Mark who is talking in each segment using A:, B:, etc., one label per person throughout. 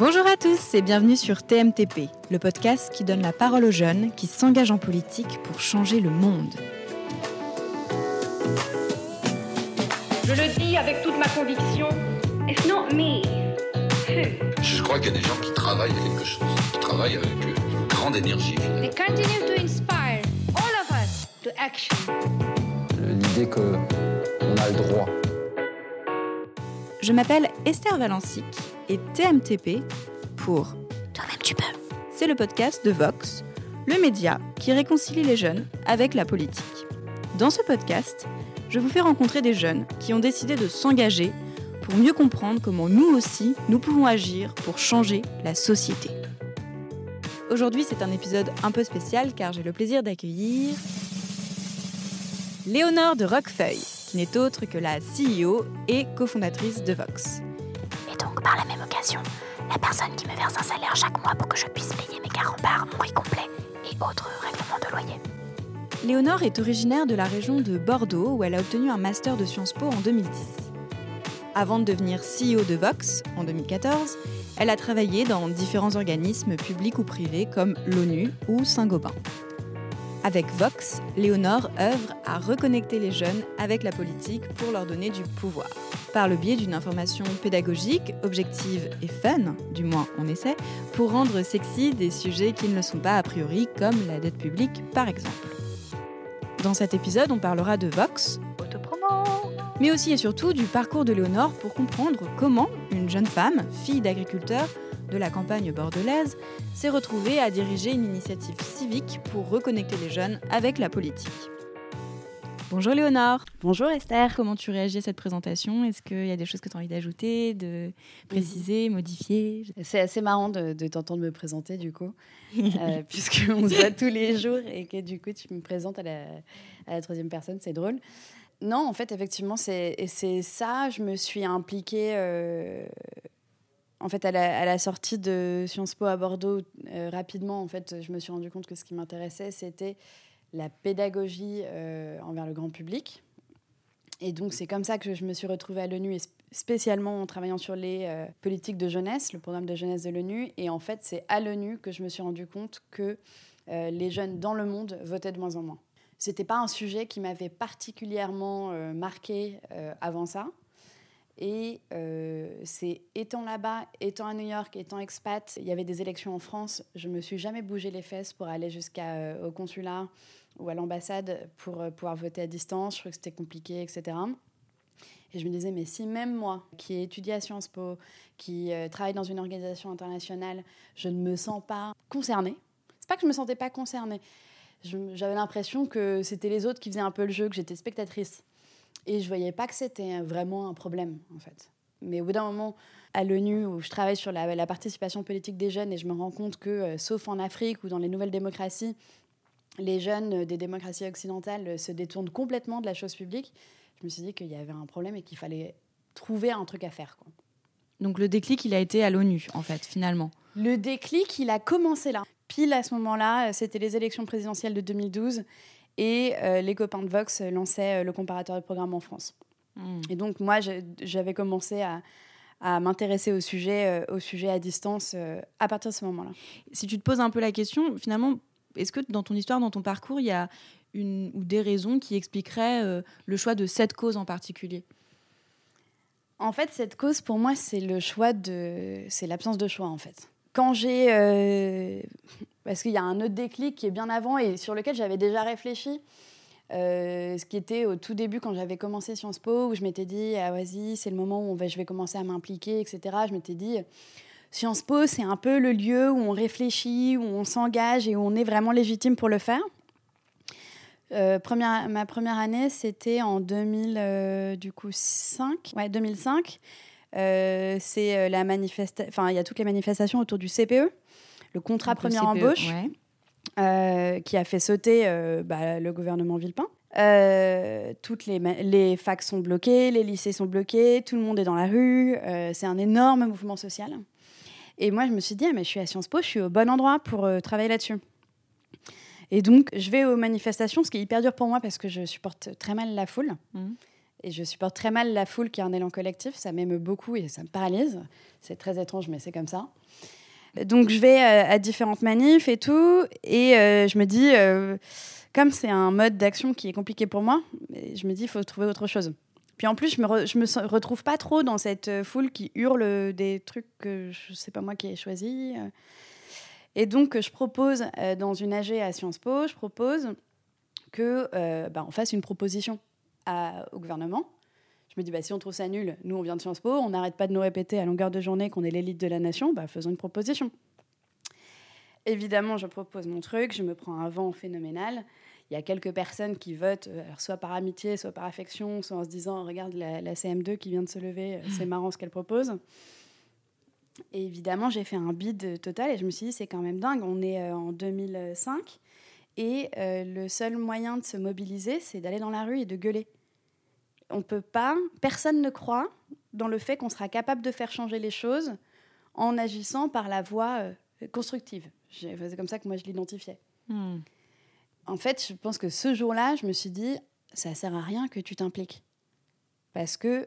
A: Bonjour à tous et bienvenue sur TMTP, le podcast qui donne la parole aux jeunes qui s'engagent en politique pour changer le monde.
B: Je le dis avec toute ma conviction, it's not me.
C: Je crois qu'il y a des gens qui travaillent à quelque chose, qui travaillent avec une grande énergie.
B: They continue to inspire all of us to action.
D: L'idée qu'on a le droit.
A: Je m'appelle Esther Valensic et TMTP pour Toi-même tu peux. C'est le podcast de Vox, le média qui réconcilie les jeunes avec la politique. Dans ce podcast, je vous fais rencontrer des jeunes qui ont décidé de s'engager pour mieux comprendre comment nous aussi, nous pouvons agir pour changer la société. Aujourd'hui, c'est un épisode un peu spécial car j'ai le plaisir d'accueillir Léonore de Roquefeuille, qui n'est autre que la CEO et cofondatrice de Vox.
E: Et donc, par la même occasion, la personne qui me verse un salaire chaque mois pour que je puisse payer mes carambars, mon riz complet et autres règlements de loyer.
A: Léonore est originaire de la région de Bordeaux où elle a obtenu un master de Sciences Po en 2010. Avant de devenir CEO de Vox en 2014, elle a travaillé dans différents organismes publics ou privés comme l'ONU ou Saint-Gobain. Avec Vox, Léonore œuvre à reconnecter les jeunes avec la politique pour leur donner du pouvoir. Par le biais d'une information pédagogique, objective et fun, du moins on essaie, pour rendre sexy des sujets qui ne le sont pas a priori, comme la dette publique par exemple. Dans cet épisode, on parlera de Vox, autopromo, mais aussi et surtout du parcours de Léonore pour comprendre comment une jeune femme, fille d'agriculteur de la campagne bordelaise, s'est retrouvée à diriger une initiative civique pour reconnecter les jeunes avec la politique. Bonjour Léonore.
F: Bonjour Esther.
A: Comment tu réagis à cette présentation ? Est-ce qu'il y a des choses que tu as envie d'ajouter, de préciser, modifier ?
F: C'est assez marrant de t'entendre me présenter du coup, puisqu'on se voit tous les jours et que du coup tu me présentes à la troisième personne, c'est drôle. Non, en fait, effectivement, c'est ça. Je me suis impliquée en fait, à la sortie de Sciences Po à Bordeaux. Rapidement, en fait, je me suis rendu compte que ce qui m'intéressait, c'était la pédagogie envers le grand public. Et donc, c'est comme ça que je me suis retrouvée à l'ONU, et spécialement en travaillant sur les politiques de jeunesse, le programme de jeunesse de l'ONU. Et en fait, c'est à l'ONU que je me suis rendu compte que les jeunes dans le monde votaient de moins en moins. Ce n'était pas un sujet qui m'avait particulièrement marqué avant ça. Et c'est étant là-bas, étant à New York, étant expat, il y avait des élections en France. Je ne me suis jamais bougé les fesses pour aller jusqu'au consulat ou à l'ambassade pour pouvoir voter à distance. Je trouvais que c'était compliqué, etc. Et je me disais, mais si même moi, qui ai étudié à Sciences Po, qui travaille dans une organisation internationale, je ne me sens pas concernée. C'est pas que je me sentais pas concernée. J'avais l'impression que c'était les autres qui faisaient un peu le jeu, que j'étais spectatrice. Et je ne voyais pas que c'était vraiment un problème, en fait. Mais au bout d'un moment, à l'ONU, où je travaille sur la participation politique des jeunes, et je me rends compte que, sauf en Afrique ou dans les nouvelles démocraties, les jeunes des démocraties occidentales se détournent complètement de la chose publique, je me suis dit qu'il y avait un problème et qu'il fallait trouver un truc à faire, quoi.
A: Donc le déclic, il a été à l'ONU, en fait, finalement.
F: Le déclic, il a commencé là. Pile à ce moment-là, c'était les élections présidentielles de 2012. Et les copains de Vox lançaient le comparateur de programme en France. Et donc, moi, j'avais commencé à m'intéresser au sujet à distance à partir de ce moment-là.
A: Si tu te poses un peu la question, finalement, est-ce que dans ton histoire, dans ton parcours, il y a une ou des raisons qui expliqueraient le choix de cette cause en particulier ?
F: En fait, cette cause, pour moi, c'est l'absence de choix, en fait. Quand j'ai... parce qu'il y a un autre déclic qui est bien avant et sur lequel j'avais déjà réfléchi, ce qui était au tout début quand j'avais commencé Sciences Po, où je m'étais dit, ah, vas-y, c'est le moment où je vais commencer à m'impliquer, etc. Je m'étais dit, Sciences Po, c'est un peu le lieu où on réfléchit, où on s'engage et où on est vraiment légitime pour le faire. Ma première année, c'était en 2005. Ouais, 2005. C'est il y a toutes les manifestations autour du CPE, le contrat première embauche, qui a fait sauter le gouvernement Villepin. Toutes les facs sont bloquées, les lycées sont bloqués, tout le monde est dans la rue. C'est un énorme mouvement social. Et moi, je me suis dit, mais je suis à Sciences Po, je suis au bon endroit pour travailler là-dessus. Et donc, je vais aux manifestations, ce qui est hyper dur pour moi parce que je supporte très mal la foule. Et je supporte très mal la foule qui a un élan collectif. Ça m'émeut beaucoup et ça me paralyse. C'est très étrange, mais c'est comme ça. Donc, je vais à différentes manifs et tout. Et je me dis, comme c'est un mode d'action qui est compliqué pour moi, je me dis, il faut trouver autre chose. Puis en plus, je me retrouve pas trop dans cette foule qui hurle des trucs que je sais pas moi qui ai choisi. Et donc, je propose, dans une AG à Sciences Po, je propose qu'on fasse une proposition au gouvernement. Je me dis, si on trouve ça nul, nous, on vient de Sciences Po, on n'arrête pas de nous répéter à longueur de journée qu'on est l'élite de la nation, faisons une proposition. Évidemment, je propose mon truc, je me prends un vent phénoménal. Il y a quelques personnes qui votent, alors soit par amitié, soit par affection, soit en se disant, regarde la CM2 qui vient de se lever, c'est marrant ce qu'elle propose. Et évidemment, j'ai fait un bide total et je me suis dit, c'est quand même dingue, on est en 2005 et le seul moyen de se mobiliser, c'est d'aller dans la rue et de gueuler. On peut pas, personne ne croit dans le fait qu'on sera capable de faire changer les choses en agissant par la voie constructive. C'est comme ça que moi je l'identifiais. En fait, je pense que ce jour-là, je me suis dit, ça sert à rien que tu t'impliques. Parce que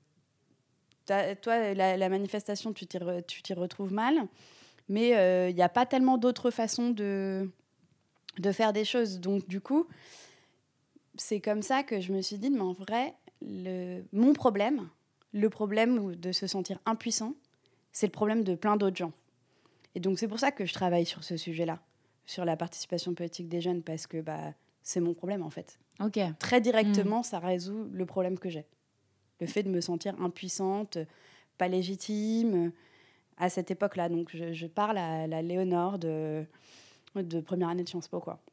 F: toi, la manifestation, tu t'y retrouves mal, mais il n'y a pas tellement d'autres façons de faire des choses. Donc, du coup, c'est comme ça que je me suis dit, mais en vrai, mon problème, le problème de se sentir impuissant, c'est le problème de plein d'autres gens. Et donc, c'est pour ça que je travaille sur ce sujet-là, sur la participation politique des jeunes, parce que c'est mon problème, en fait.
A: Okay.
F: Très directement, ça résout le problème que j'ai. Le fait de me sentir impuissante, pas légitime, à cette époque-là. Donc, je parle à la Léonore de première année de Sciences Po, quoi.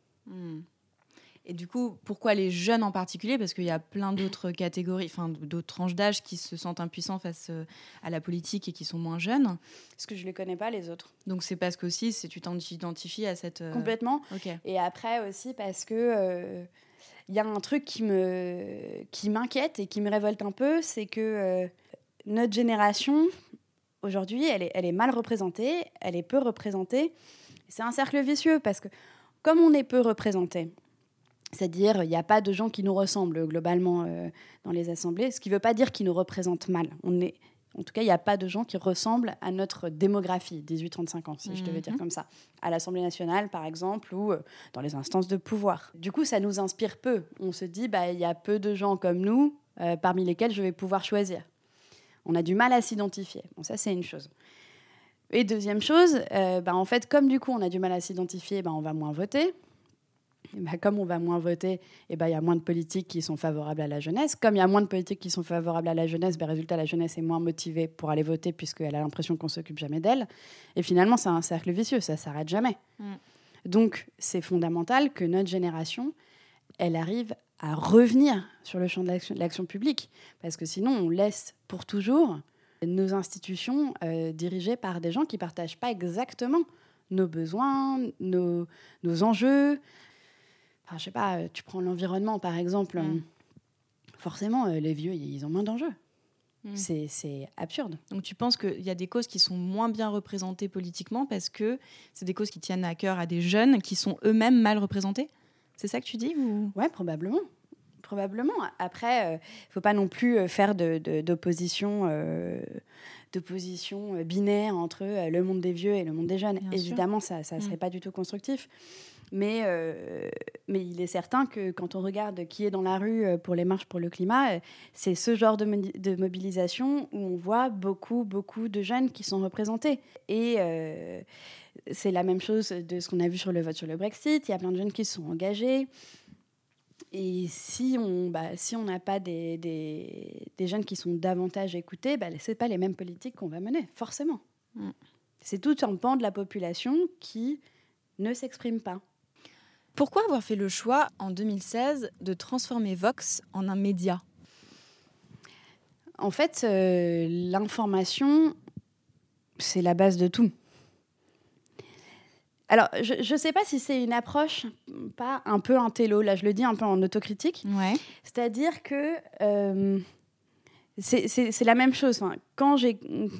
A: Et du coup, pourquoi les jeunes en particulier ? Parce qu'il y a plein d'autres catégories, d'autres tranches d'âge qui se sentent impuissants face à la politique et qui sont moins jeunes.
F: Parce que je ne les connais pas, les autres.
A: Donc c'est parce qu'aussi, tu t'identifies à cette...
F: Complètement.
A: Okay.
F: Et après aussi parce que y a un truc qui m'inquiète et qui me révolte un peu, c'est que notre génération, aujourd'hui, elle est mal représentée, elle est peu représentée. C'est un cercle vicieux parce que comme on est peu représenté, c'est-à-dire, il n'y a pas de gens qui nous ressemblent globalement dans les assemblées, ce qui ne veut pas dire qu'ils nous représentent mal. En tout cas, il n'y a pas de gens qui ressemblent à notre démographie, 18-35 ans, si je devais dire comme ça. À l'Assemblée nationale, par exemple, ou dans les instances de pouvoir. Du coup, ça nous inspire peu. On se dit, il y a peu de gens comme nous, parmi lesquels je vais pouvoir choisir. On a du mal à s'identifier. Bon, ça, c'est une chose. Et deuxième chose, en fait, comme du coup, on a du mal à s'identifier, on va moins voter. Comme on va moins voter, il y a moins de politiques qui sont favorables à la jeunesse. Comme il y a moins de politiques qui sont favorables à la jeunesse, résultat, la jeunesse est moins motivée pour aller voter puisqu'elle a l'impression qu'on ne s'occupe jamais d'elle. Et finalement, c'est un cercle vicieux, ça ne s'arrête jamais. Donc, c'est fondamental que notre génération, elle arrive à revenir sur le champ de l'action publique. Parce que sinon, on laisse pour toujours nos institutions dirigées par des gens qui ne partagent pas exactement nos besoins, nos enjeux. Enfin, je sais pas, tu prends l'environnement, par exemple. Forcément, les vieux, ils ont moins d'enjeux. C'est absurde.
A: Donc, tu penses qu'il y a des causes qui sont moins bien représentées politiquement parce que c'est des causes qui tiennent à cœur à des jeunes qui sont eux-mêmes mal représentés ? C'est ça que tu dis ou...
F: Ouais, probablement. Après, il ne faut pas non plus faire d'opposition binaire entre le monde des vieux et le monde des jeunes. Bien évidemment, ça ne serait pas du tout constructif. Mais il est certain que quand on regarde qui est dans la rue pour les marches pour le climat, c'est ce genre de mobilisation où on voit beaucoup, beaucoup de jeunes qui sont représentés. Et c'est la même chose de ce qu'on a vu sur le vote sur le Brexit. Il y a plein de jeunes qui se sont engagés. Et si on n'a pas des jeunes qui sont davantage écoutés, ce n'est pas les mêmes politiques qu'on va mener, forcément. C'est tout un pan de la population qui ne s'exprime pas.
A: Pourquoi avoir fait le choix, en 2016, de transformer Vox en un média ?
F: En fait, l'information, c'est la base de tout. Alors, je ne sais pas si c'est une approche pas un peu intello, là je le dis un peu en autocritique.
A: Ouais.
F: C'est-à-dire que c'est la même chose. Enfin, quand j'ai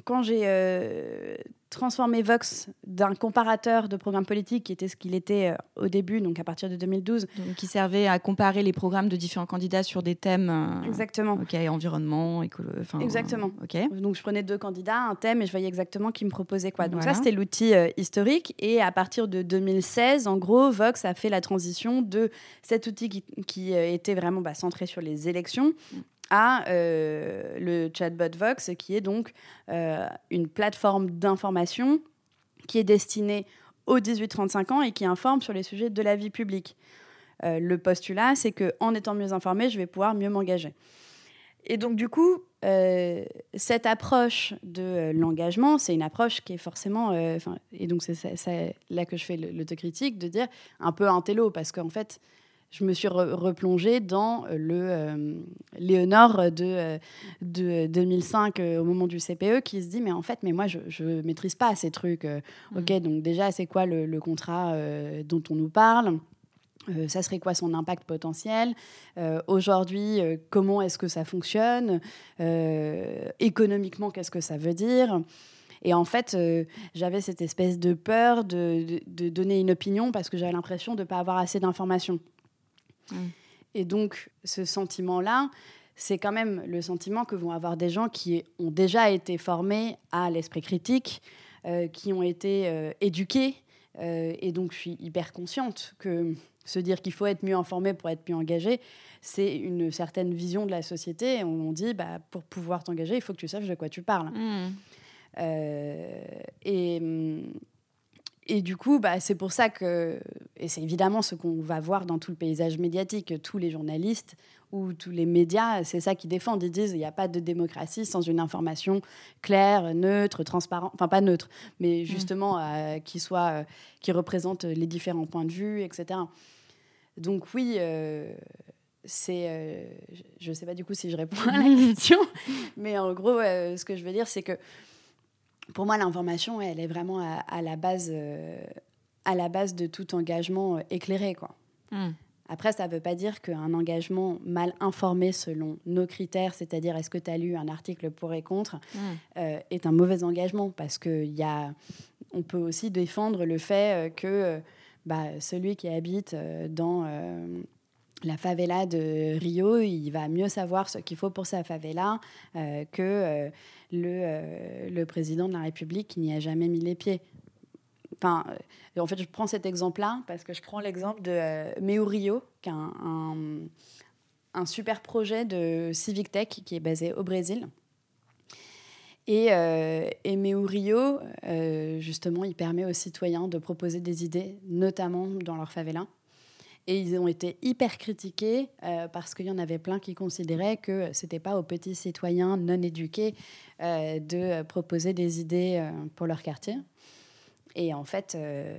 F: transformé Vox d'un comparateur de programmes politiques qui était ce qu'il était au début, donc à partir de 2012.
A: Donc, qui servait à comparer les programmes de différents candidats sur des thèmes...
F: Exactement.
A: Ok, environnement,
F: Exactement.
A: Ok.
F: Donc je prenais 2 candidats, un thème, et je voyais exactement qui me proposait quoi. Donc
A: Voilà.
F: ça, c'était l'outil historique. Et à partir de 2016, en gros, Vox a fait la transition de cet outil qui était vraiment centré sur les élections à le chatbot Vox, qui est donc une plateforme d'information qui est destinée aux 18-35 ans et qui informe sur les sujets de la vie publique. Le postulat, c'est qu'en étant mieux informée, je vais pouvoir mieux m'engager. Et donc, du coup, cette approche de l'engagement, c'est une approche qui est forcément... et donc, c'est là que je fais l'autocritique, de dire un peu intello, parce qu'en fait... Je me suis replongée dans le Léonore de 2005 au moment du CPE qui se dit mais en fait moi je maîtrise pas ces trucs. Ok, donc déjà c'est quoi le contrat dont on nous parle, ça serait quoi son impact potentiel, aujourd'hui comment est-ce que ça fonctionne, économiquement qu'est-ce que ça veut dire. Et en fait, j'avais cette espèce de peur de donner une opinion parce que j'avais l'impression de ne pas avoir assez d'informations. Et donc, ce sentiment-là, c'est quand même le sentiment que vont avoir des gens qui ont déjà été formés à l'esprit critique, qui ont été éduqués. Et donc, je suis hyper consciente que se dire qu'il faut être mieux informé pour être mieux engagé, c'est une certaine vision de la société. On dit, pour pouvoir t'engager, il faut que tu saches de quoi tu parles. Et du coup, c'est pour ça que... Et c'est évidemment ce qu'on va voir dans tout le paysage médiatique. Tous les journalistes ou tous les médias, c'est ça qu'ils défendent. Ils disent qu'il n'y a pas de démocratie sans une information claire, neutre, transparente. Enfin, pas neutre, mais justement qui représente les différents points de vue, etc. Donc oui, je ne sais pas du coup si je réponds à la question. Mais en gros, ce que je veux dire, c'est que pour moi, l'information, elle est vraiment à la base de tout engagement éclairé, quoi. Après, ça ne veut pas dire qu'un engagement mal informé selon nos critères, c'est-à-dire est-ce que tu as lu un article pour et contre, est un mauvais engagement. Parce qu'on peut aussi défendre le fait que celui qui habite dans la favela de Rio, il va mieux savoir ce qu'il faut pour sa favela que le président de la République qui n'y a jamais mis les pieds. Enfin, en fait, je prends cet exemple-là parce que je prends l'exemple de Meu Rio, qui est un super projet de Civic Tech qui est basé au Brésil. Et Meu Rio, justement, il permet aux citoyens de proposer des idées, notamment dans leur favela. Et ils ont été hyper critiqués parce qu'il y en avait plein qui considéraient que ce n'était pas aux petits citoyens non éduqués de proposer des idées pour leur quartier. Et en fait,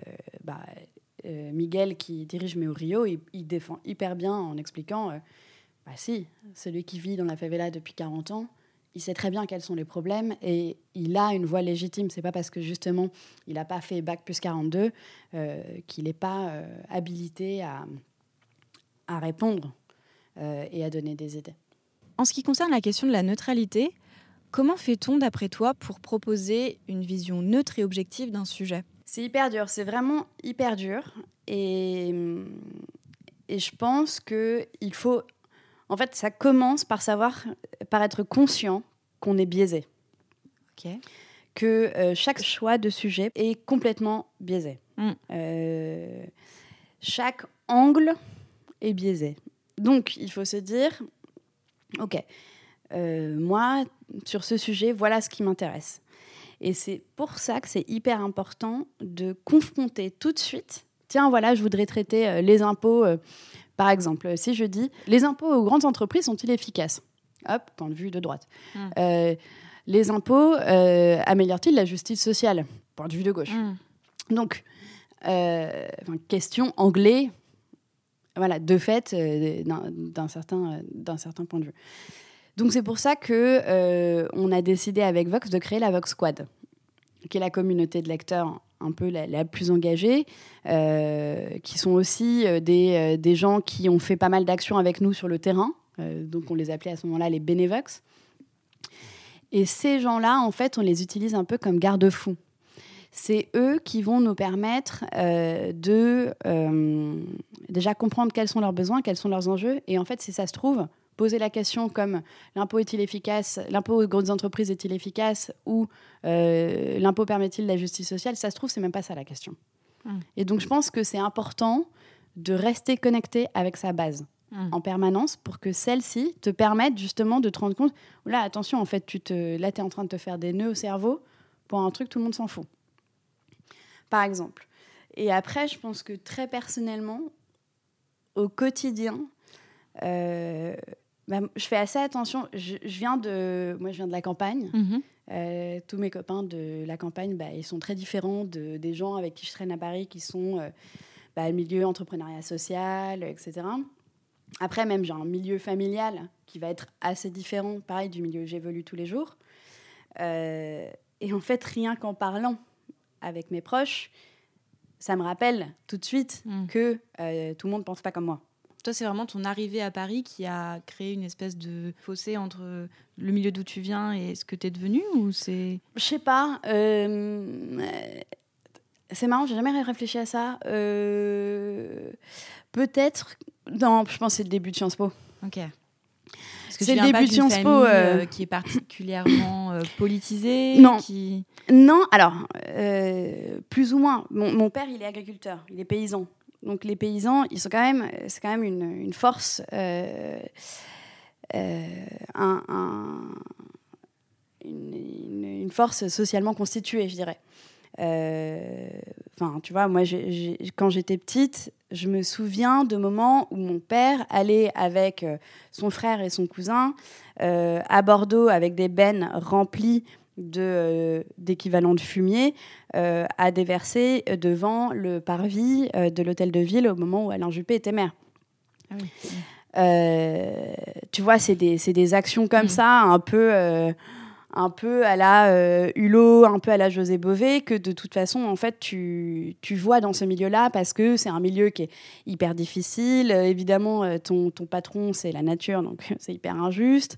F: Miguel, qui dirige Meu Rio, il défend hyper bien en expliquant si, celui qui vit dans la favela depuis 40 ans, il sait très bien quels sont les problèmes et il a une voix légitime. C'est pas parce que, justement, il n'a pas fait Bac plus 42 qu'il n'est pas habilité à répondre et à donner des idées.
A: En ce qui concerne la question de la neutralité, comment fait-on, d'après toi, pour proposer une vision neutre et objective d'un sujet ?
F: C'est hyper dur. C'est vraiment hyper dur. Et je pense qu'il faut... En fait, ça commence par être conscient qu'on est biaisé.
A: Okay.
F: Que chaque choix de sujet est complètement biaisé. Chaque angle est biaisé. Donc, il faut se dire, OK, moi, sur ce sujet, voilà ce qui m'intéresse. Et c'est pour ça que c'est hyper important de confronter tout de suite. Tiens, voilà, je voudrais traiter les impôts... Par exemple, si je dis « Les impôts aux grandes entreprises sont-ils efficaces ?» Hop, point de vue de droite. Les impôts améliorent-ils la justice sociale ? Point de vue de gauche. Donc, question anglais, voilà, de fait, d'un certain point de vue. Donc, c'est pour ça qu'on a décidé avec Vox de créer la Vox Squad, qui est la communauté de lecteurs un peu la plus engagée, qui sont aussi des gens qui ont fait pas mal d'actions avec nous sur le terrain. Donc, on les appelait à ce moment-là les Bénévox. Et ces gens-là, en fait, on les utilise un peu comme garde-fous. C'est eux qui vont nous permettre de déjà comprendre quels sont leurs besoins, quels sont leurs enjeux. Et en fait, si ça se trouve, poser la question comme l'impôt est-il efficace, l'impôt aux grosses entreprises est-il efficace ou l'impôt permet-il la justice sociale, ça se trouve, c'est même pas ça la question. Et donc, je pense que c'est important de rester connecté avec sa base en permanence pour que celle-ci te permette justement de te rendre compte, là, attention, en fait, là, tu es en train de te faire des nœuds au cerveau pour un truc, tout le monde s'en fout. Par exemple. Et après, je pense que très personnellement, au quotidien, je fais assez attention. Je viens de la campagne. Tous mes copains de la campagne, ils sont très différents des gens avec qui je traîne à Paris, qui sont le milieu entrepreneuriat social, etc. Après, même, j'ai un milieu familial qui va être assez différent, pareil, du milieu où j'évolue tous les jours. Et en fait, rien qu'en parlant avec mes proches, ça me rappelle tout de suite que tout le monde ne pense pas comme moi.
A: Toi, c'est vraiment ton arrivée à Paris qui a créé une espèce de fossé entre le milieu d'où tu viens et ce que tu es devenu, ou c'est...
F: Je sais pas. C'est marrant, j'ai jamais réfléchi à ça. Peut-être... Non, je pense que c'est le début de Sciences Po.
A: Ok. Parce que
F: c'est le début de Sciences Po.
A: Qui est particulièrement politisée.
F: Non. Non, alors, plus ou moins. Mon père, il est agriculteur, il est paysan. Donc les paysans, c'est quand même une force, une force socialement constituée, je dirais. Tu vois, moi, quand j'étais petite, je me souviens de moments où mon père allait avec son frère et son cousin à Bordeaux avec des bennes remplies d'équivalent de fumier à déverser devant le parvis de l'hôtel de ville au moment où Alain Juppé était maire.
A: Ah oui.
F: Tu vois, c'est des actions comme ça, un peu à la Hulot, un peu à la José Bové, que de toute façon, en fait, tu vois dans ce milieu-là, parce que c'est un milieu qui est hyper difficile. Évidemment, ton patron, c'est la nature, donc c'est hyper injuste.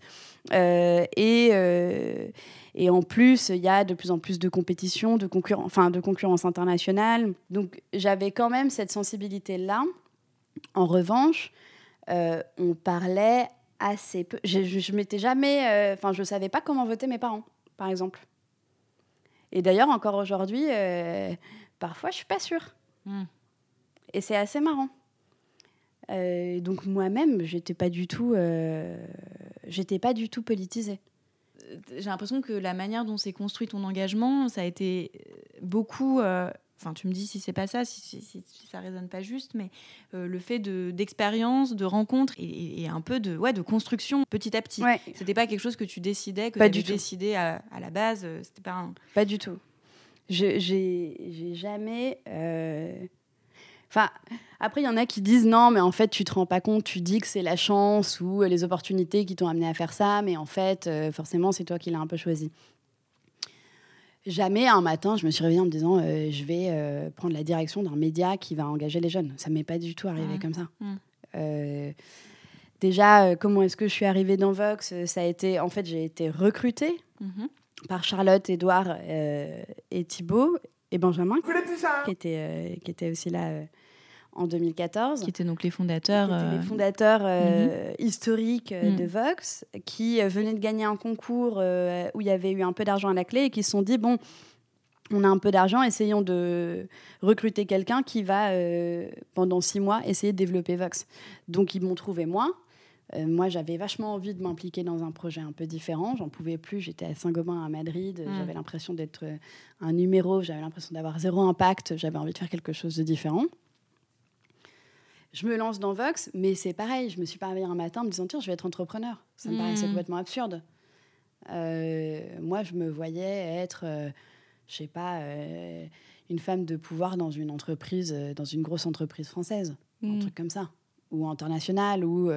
F: Et en plus, il y a de plus en plus de compétition, de concurrence internationale. Donc, j'avais quand même cette sensibilité-là. En revanche, on parlait assez peu. Je m'étais jamais... je ne savais pas comment voter mes parents, par exemple. Et d'ailleurs, encore aujourd'hui, parfois, je ne suis pas sûre. Et c'est assez marrant. Donc, moi-même, je n'étais pas du tout politisée.
A: J'ai l'impression que la manière dont s'est construit ton engagement, ça a été beaucoup... tu me dis si c'est pas ça, si ça résonne pas juste, mais le fait d'expérience, de rencontre et un peu de construction petit à petit.
F: Ouais.
A: C'était pas quelque chose que tu décidais, que tu avais décidé à la base. C'était pas un...
F: Pas du tout. J'ai jamais... Après, il y en a qui disent non, mais en fait, tu te rends pas compte, tu dis que c'est la chance ou les opportunités qui t'ont amené à faire ça, mais en fait, forcément, c'est toi qui l'as un peu choisi. Jamais un matin, je me suis réveillée en me disant je vais prendre la direction d'un média qui va engager les jeunes. Ça ne m'est pas du tout arrivé comme ça. Déjà, comment est-ce que je suis arrivée dans Vox ? Ça a été, en fait, j'ai été recrutée par Charlotte, Édouard et Thibaut et Benjamin, qui étaient aussi là en 2014.
A: Qui étaient donc les fondateurs.
F: Historiques de Vox, qui venaient de gagner un concours où il y avait eu un peu d'argent à la clé et qui se sont dit, bon, on a un peu d'argent, essayons de recruter quelqu'un qui va, pendant 6 mois, essayer de développer Vox. Donc, ils m'ont trouvé moi. Moi, j'avais vachement envie de m'impliquer dans un projet un peu différent. J'en pouvais plus. J'étais à Saint-Gobain, à Madrid. J'avais l'impression d'être un numéro. J'avais l'impression d'avoir 0 impact. J'avais envie de faire quelque chose de différent. Je me lance dans Vox, mais c'est pareil. Je me suis pas réveillée un matin en me disant, tiens, je vais être entrepreneur. Ça me paraissait complètement absurde. Moi, je me voyais être, une femme de pouvoir dans une entreprise, dans une grosse entreprise française. Un truc comme ça. Ou international, ou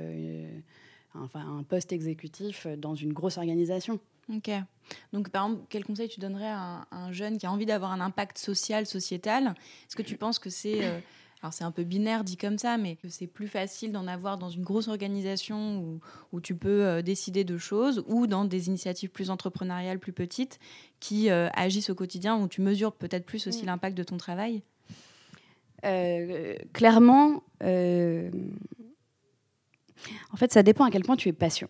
F: un poste exécutif dans une grosse organisation.
A: Ok. Donc, par exemple, quel conseil tu donnerais à un jeune qui a envie d'avoir un impact social, sociétal ? Est-ce que tu penses que c'est Alors c'est un peu binaire dit comme ça, mais que c'est plus facile d'en avoir dans une grosse organisation où tu peux décider de choses, ou dans des initiatives plus entrepreneuriales, plus petites, qui agissent au quotidien, où tu mesures peut-être plus aussi l'impact de ton travail.
F: Clairement, en fait, ça dépend à quel point tu es patient.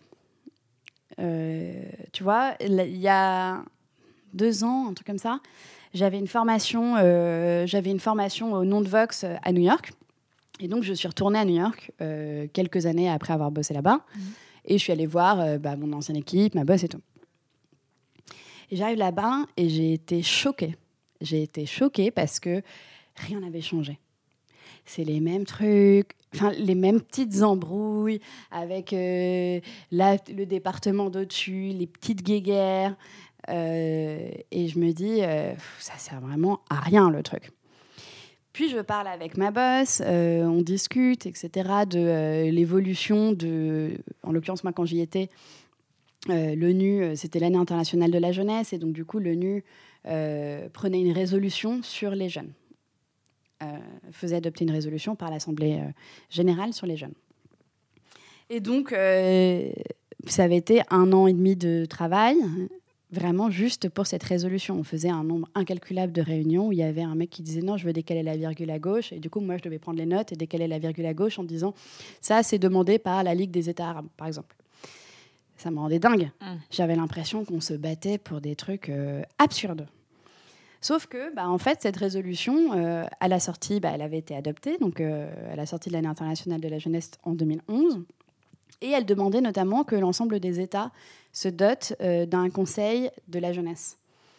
F: Tu vois, il y a 2 ans, un truc comme ça, j'avais une formation au nom de Vox à New York. Et donc, je suis retournée à New York quelques années après avoir bossé là-bas. Et je suis allée voir mon ancienne équipe, ma boss et tout. Et j'arrive là-bas et j'ai été choquée. J'ai été choquée parce que rien n'avait changé. C'est les mêmes trucs, les mêmes petites embrouilles avec le département d'au-dessus, les petites guéguerres. Et je me dis, ça sert vraiment à rien, le truc. Puis je parle avec ma boss, on discute, etc., de l'évolution de... En l'occurrence, moi, quand j'y étais, l'ONU, c'était l'année internationale de la jeunesse, et donc du coup, l'ONU prenait une résolution sur les jeunes. Faisait adopter une résolution par l'Assemblée générale sur les jeunes. Et donc, ça avait été 1 an et demi de travail, vraiment juste pour cette résolution. On faisait un nombre incalculable de réunions où il y avait un mec qui disait non, je veux décaler la virgule à gauche. Et du coup, moi, je devais prendre les notes et décaler la virgule à gauche en disant ça, c'est demandé par la Ligue des États arabes, par exemple. Ça me rendait dingue. J'avais l'impression qu'on se battait pour des trucs absurdes. Sauf que, en fait, cette résolution, à la sortie, elle avait été adoptée, donc à la sortie de l'année internationale de la jeunesse en 2011. Et elle demandait notamment que l'ensemble des États se dotent d'un conseil de la jeunesse.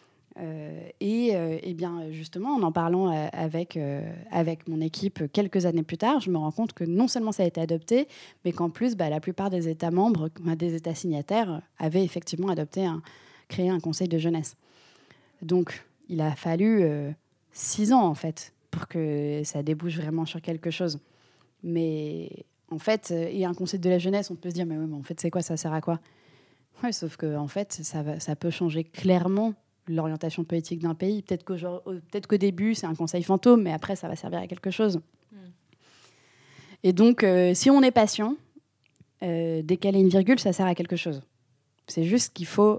F: Et bien, justement, en parlant avec mon équipe quelques années plus tard, je me rends compte que non seulement ça a été adopté, mais qu'en plus, la plupart des États membres, des États signataires, avaient effectivement créé un conseil de jeunesse. Donc, il a fallu 6 ans, en fait, pour que ça débouche vraiment sur quelque chose. Mais en fait, et un conseil de la jeunesse, on peut se dire, mais en fait, c'est quoi, ça sert à quoi ? Ouais, sauf que en fait, ça peut changer clairement l'orientation politique d'un pays. Peut-être qu'au début, c'est un conseil fantôme, mais après, ça va servir à quelque chose. Et donc, si on est patient, décaler une virgule, ça sert à quelque chose. C'est juste qu'il faut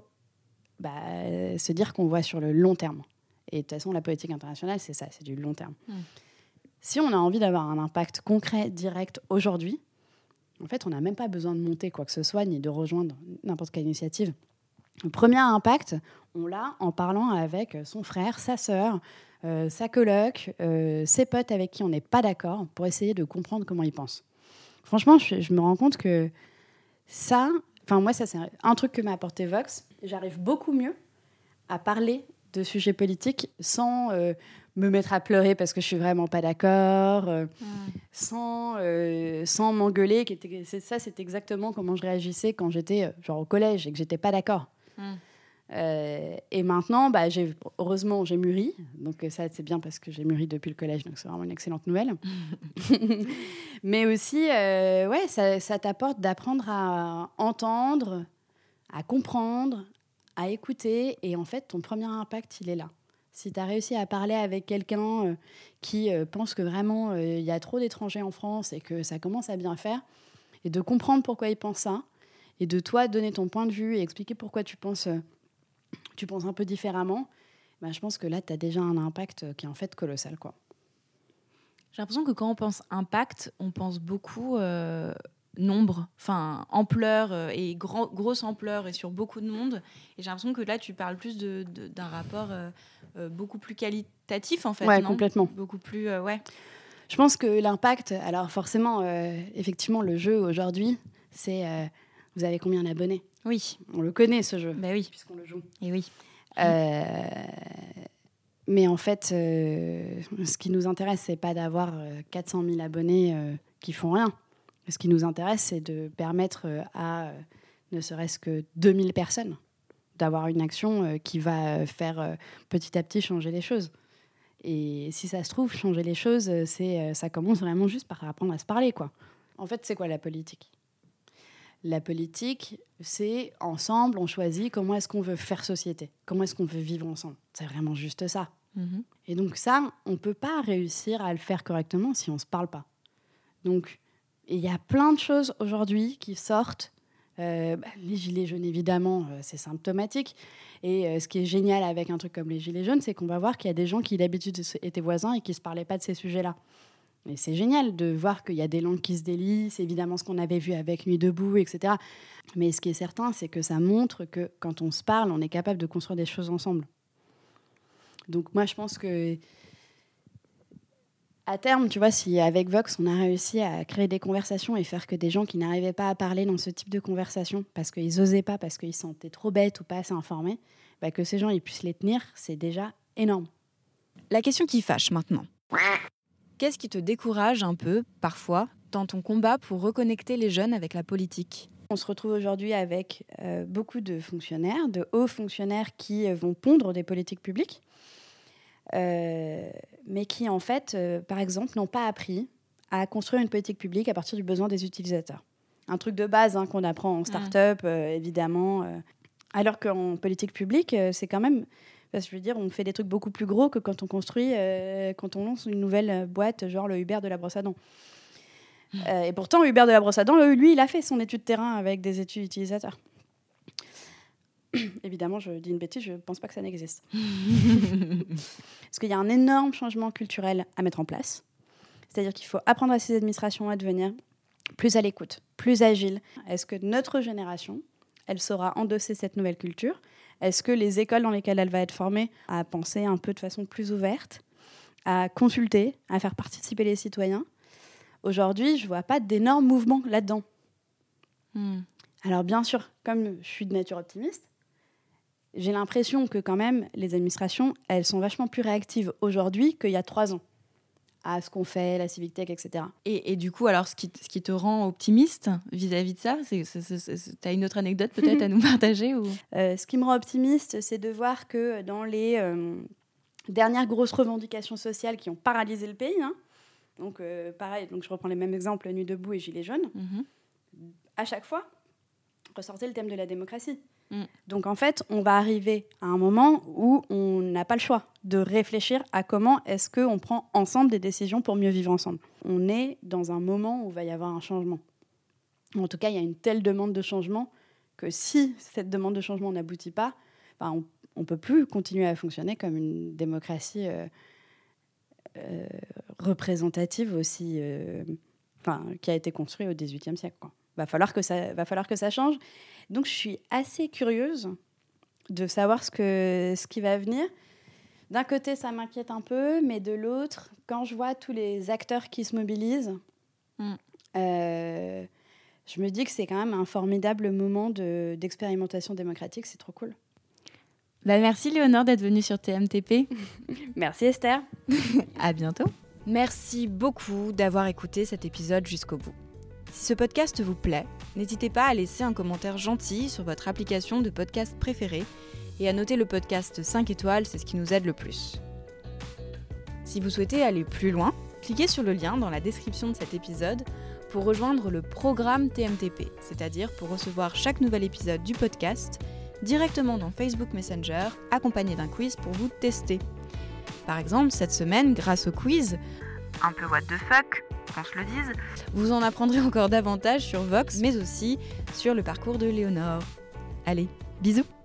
F: se dire qu'on voit sur le long terme. Et de toute façon, la politique internationale, c'est ça, c'est du long terme. Si on a envie d'avoir un impact concret, direct, aujourd'hui, en fait, on n'a même pas besoin de monter quoi que ce soit, ni de rejoindre n'importe quelle initiative. Le premier impact, on l'a en parlant avec son frère, sa sœur, sa coloc, ses potes avec qui on n'est pas d'accord, pour essayer de comprendre comment ils pensent. Franchement, je me rends compte que ça, moi, ça c'est un truc que m'a apporté Vox. J'arrive beaucoup mieux à parler de sujets politiques sans me mettre à pleurer parce que je suis vraiment pas d'accord, sans m'engueuler. C'est exactement comment je réagissais quand j'étais au collège et que j'étais pas d'accord. Et maintenant, heureusement, j'ai mûri. Donc ça, c'est bien parce que j'ai mûri depuis le collège, donc c'est vraiment une excellente nouvelle. Mais aussi, ça t'apporte d'apprendre à entendre, à comprendre, à écouter. Et en fait, ton premier impact, il est là. Si tu as réussi à parler avec quelqu'un qui pense que vraiment il y a trop d'étrangers en France et que ça commence à bien faire, et de comprendre pourquoi il pense ça, et de toi donner ton point de vue et expliquer pourquoi tu penses un peu différemment, je pense que là, tu as déjà un impact qui est en fait colossal, quoi.
A: J'ai l'impression que quand on pense impact, on pense beaucoup nombre, ampleur et grosse ampleur et sur beaucoup de monde. Et j'ai l'impression que là, tu parles plus d'un rapport beaucoup plus qualitatif, en fait.
F: Ouais,
A: non ?
F: complètement.
A: Beaucoup plus,
F: Je pense que l'impact, alors forcément, effectivement, le jeu aujourd'hui, c'est vous avez combien d'abonnés ?
A: Oui.
F: On le connaît, ce jeu.
A: Oui.
F: Puisqu'on le joue.
A: Et oui.
F: Mais en fait, ce qui nous intéresse, c'est pas d'avoir 400 000 abonnés qui font rien. Ce qui nous intéresse, c'est de permettre à ne serait-ce que 2000 personnes d'avoir une action qui va faire petit à petit changer les choses. Et si ça se trouve, changer les choses, ça commence vraiment juste par apprendre à se parler, quoi. En fait, c'est quoi la politique ? La politique, c'est ensemble, on choisit comment est-ce qu'on veut faire société, comment est-ce qu'on veut vivre ensemble. C'est vraiment juste ça. Et donc ça, on ne peut pas réussir à le faire correctement si on ne se parle pas. Donc, il y a plein de choses aujourd'hui qui sortent. Les gilets jaunes, évidemment, c'est symptomatique. Et ce qui est génial avec un truc comme les gilets jaunes, c'est qu'on va voir qu'il y a des gens qui d'habitude étaient voisins et qui ne se parlaient pas de ces sujets-là. Et c'est génial de voir qu'il y a des langues qui se délient, c'est évidemment ce qu'on avait vu avec Nuit debout, etc. Mais ce qui est certain, c'est que ça montre que quand on se parle, on est capable de construire des choses ensemble. Donc moi, je pense que à terme, tu vois, si avec Vox, on a réussi à créer des conversations et faire que des gens qui n'arrivaient pas à parler dans ce type de conversation parce qu'ils n'osaient pas, parce qu'ils se sentaient trop bêtes ou pas assez informés, que ces gens ils puissent les tenir, c'est déjà énorme.
A: La question qui fâche maintenant. Qu'est-ce qui te décourage un peu, parfois, dans ton combat pour reconnecter les jeunes avec la politique ?
F: On se retrouve aujourd'hui avec beaucoup de fonctionnaires, de hauts fonctionnaires qui vont pondre des politiques publiques, mais qui, en fait, par exemple, n'ont pas appris à construire une politique publique à partir du besoin des utilisateurs. Un truc de base qu'on apprend en start-up, évidemment. Alors qu'en politique publique, c'est quand même... Parce que je veux dire, on fait des trucs beaucoup plus gros que quand on construit, quand on lance une nouvelle boîte, genre le Uber de la brosse à dents. Et pourtant, Uber de la brosse à dents, lui, il a fait son étude de terrain avec des études utilisateurs. Évidemment, je dis une bêtise, je ne pense pas que ça n'existe. Parce qu'il y a un énorme changement culturel à mettre en place. C'est-à-dire qu'il faut apprendre à ces administrations à devenir plus à l'écoute, plus agiles. Est-ce que notre génération, elle saura endosser cette nouvelle culture ? Est-ce que les écoles dans lesquelles elle va être formée à penser un peu de façon plus ouverte, à consulter, à faire participer les citoyens ? Aujourd'hui, je ne vois pas d'énormes mouvements là-dedans. Alors bien sûr, comme je suis de nature optimiste, j'ai l'impression que quand même, les administrations, elles sont vachement plus réactives aujourd'hui qu'il y a 3 ans à ce qu'on fait, la civic tech, etc.
A: Et du coup, alors, ce qui te rend optimiste vis-à-vis de ça, tu as une autre anecdote peut-être à nous partager ou...
F: Ce qui me rend optimiste, c'est de voir que dans les dernières grosses revendications sociales qui ont paralysé le pays, donc pareil, donc je reprends les mêmes exemples, Nuit debout et Gilets jaunes, à chaque fois, ressortait le thème de la démocratie. Donc en fait, on va arriver à un moment où on n'a pas le choix de réfléchir à comment est-ce qu'on prend ensemble des décisions pour mieux vivre ensemble. On est dans un moment où il va y avoir un changement. En tout cas, il y a une telle demande de changement que si cette demande de changement n'aboutit pas, on ne peut plus continuer à fonctionner comme une démocratie représentative aussi, qui a été construite au XVIIIe siècle, quoi. Va falloir que ça change. Donc, je suis assez curieuse de savoir ce qui va venir. D'un côté, ça m'inquiète un peu, mais de l'autre, quand je vois tous les acteurs qui se mobilisent, je me dis que c'est quand même un formidable moment d'expérimentation démocratique. C'est trop cool.
A: Merci Léonore d'être venue sur TMTP.
F: Merci Esther.
A: À bientôt. Merci beaucoup d'avoir écouté cet épisode jusqu'au bout. Si ce podcast vous plaît, n'hésitez pas à laisser un commentaire gentil sur votre application de podcast préférée et à noter le podcast 5 étoiles, c'est ce qui nous aide le plus. Si vous souhaitez aller plus loin, cliquez sur le lien dans la description de cet épisode pour rejoindre le programme TMTP, c'est-à-dire pour recevoir chaque nouvel épisode du podcast directement dans Facebook Messenger, accompagné d'un quiz pour vous tester. Par exemple, cette semaine, grâce au quiz, un peu what the fuck, qu'on se le dise, vous en apprendrez encore davantage sur Vox, mais aussi sur le parcours de Léonore. Allez, bisous!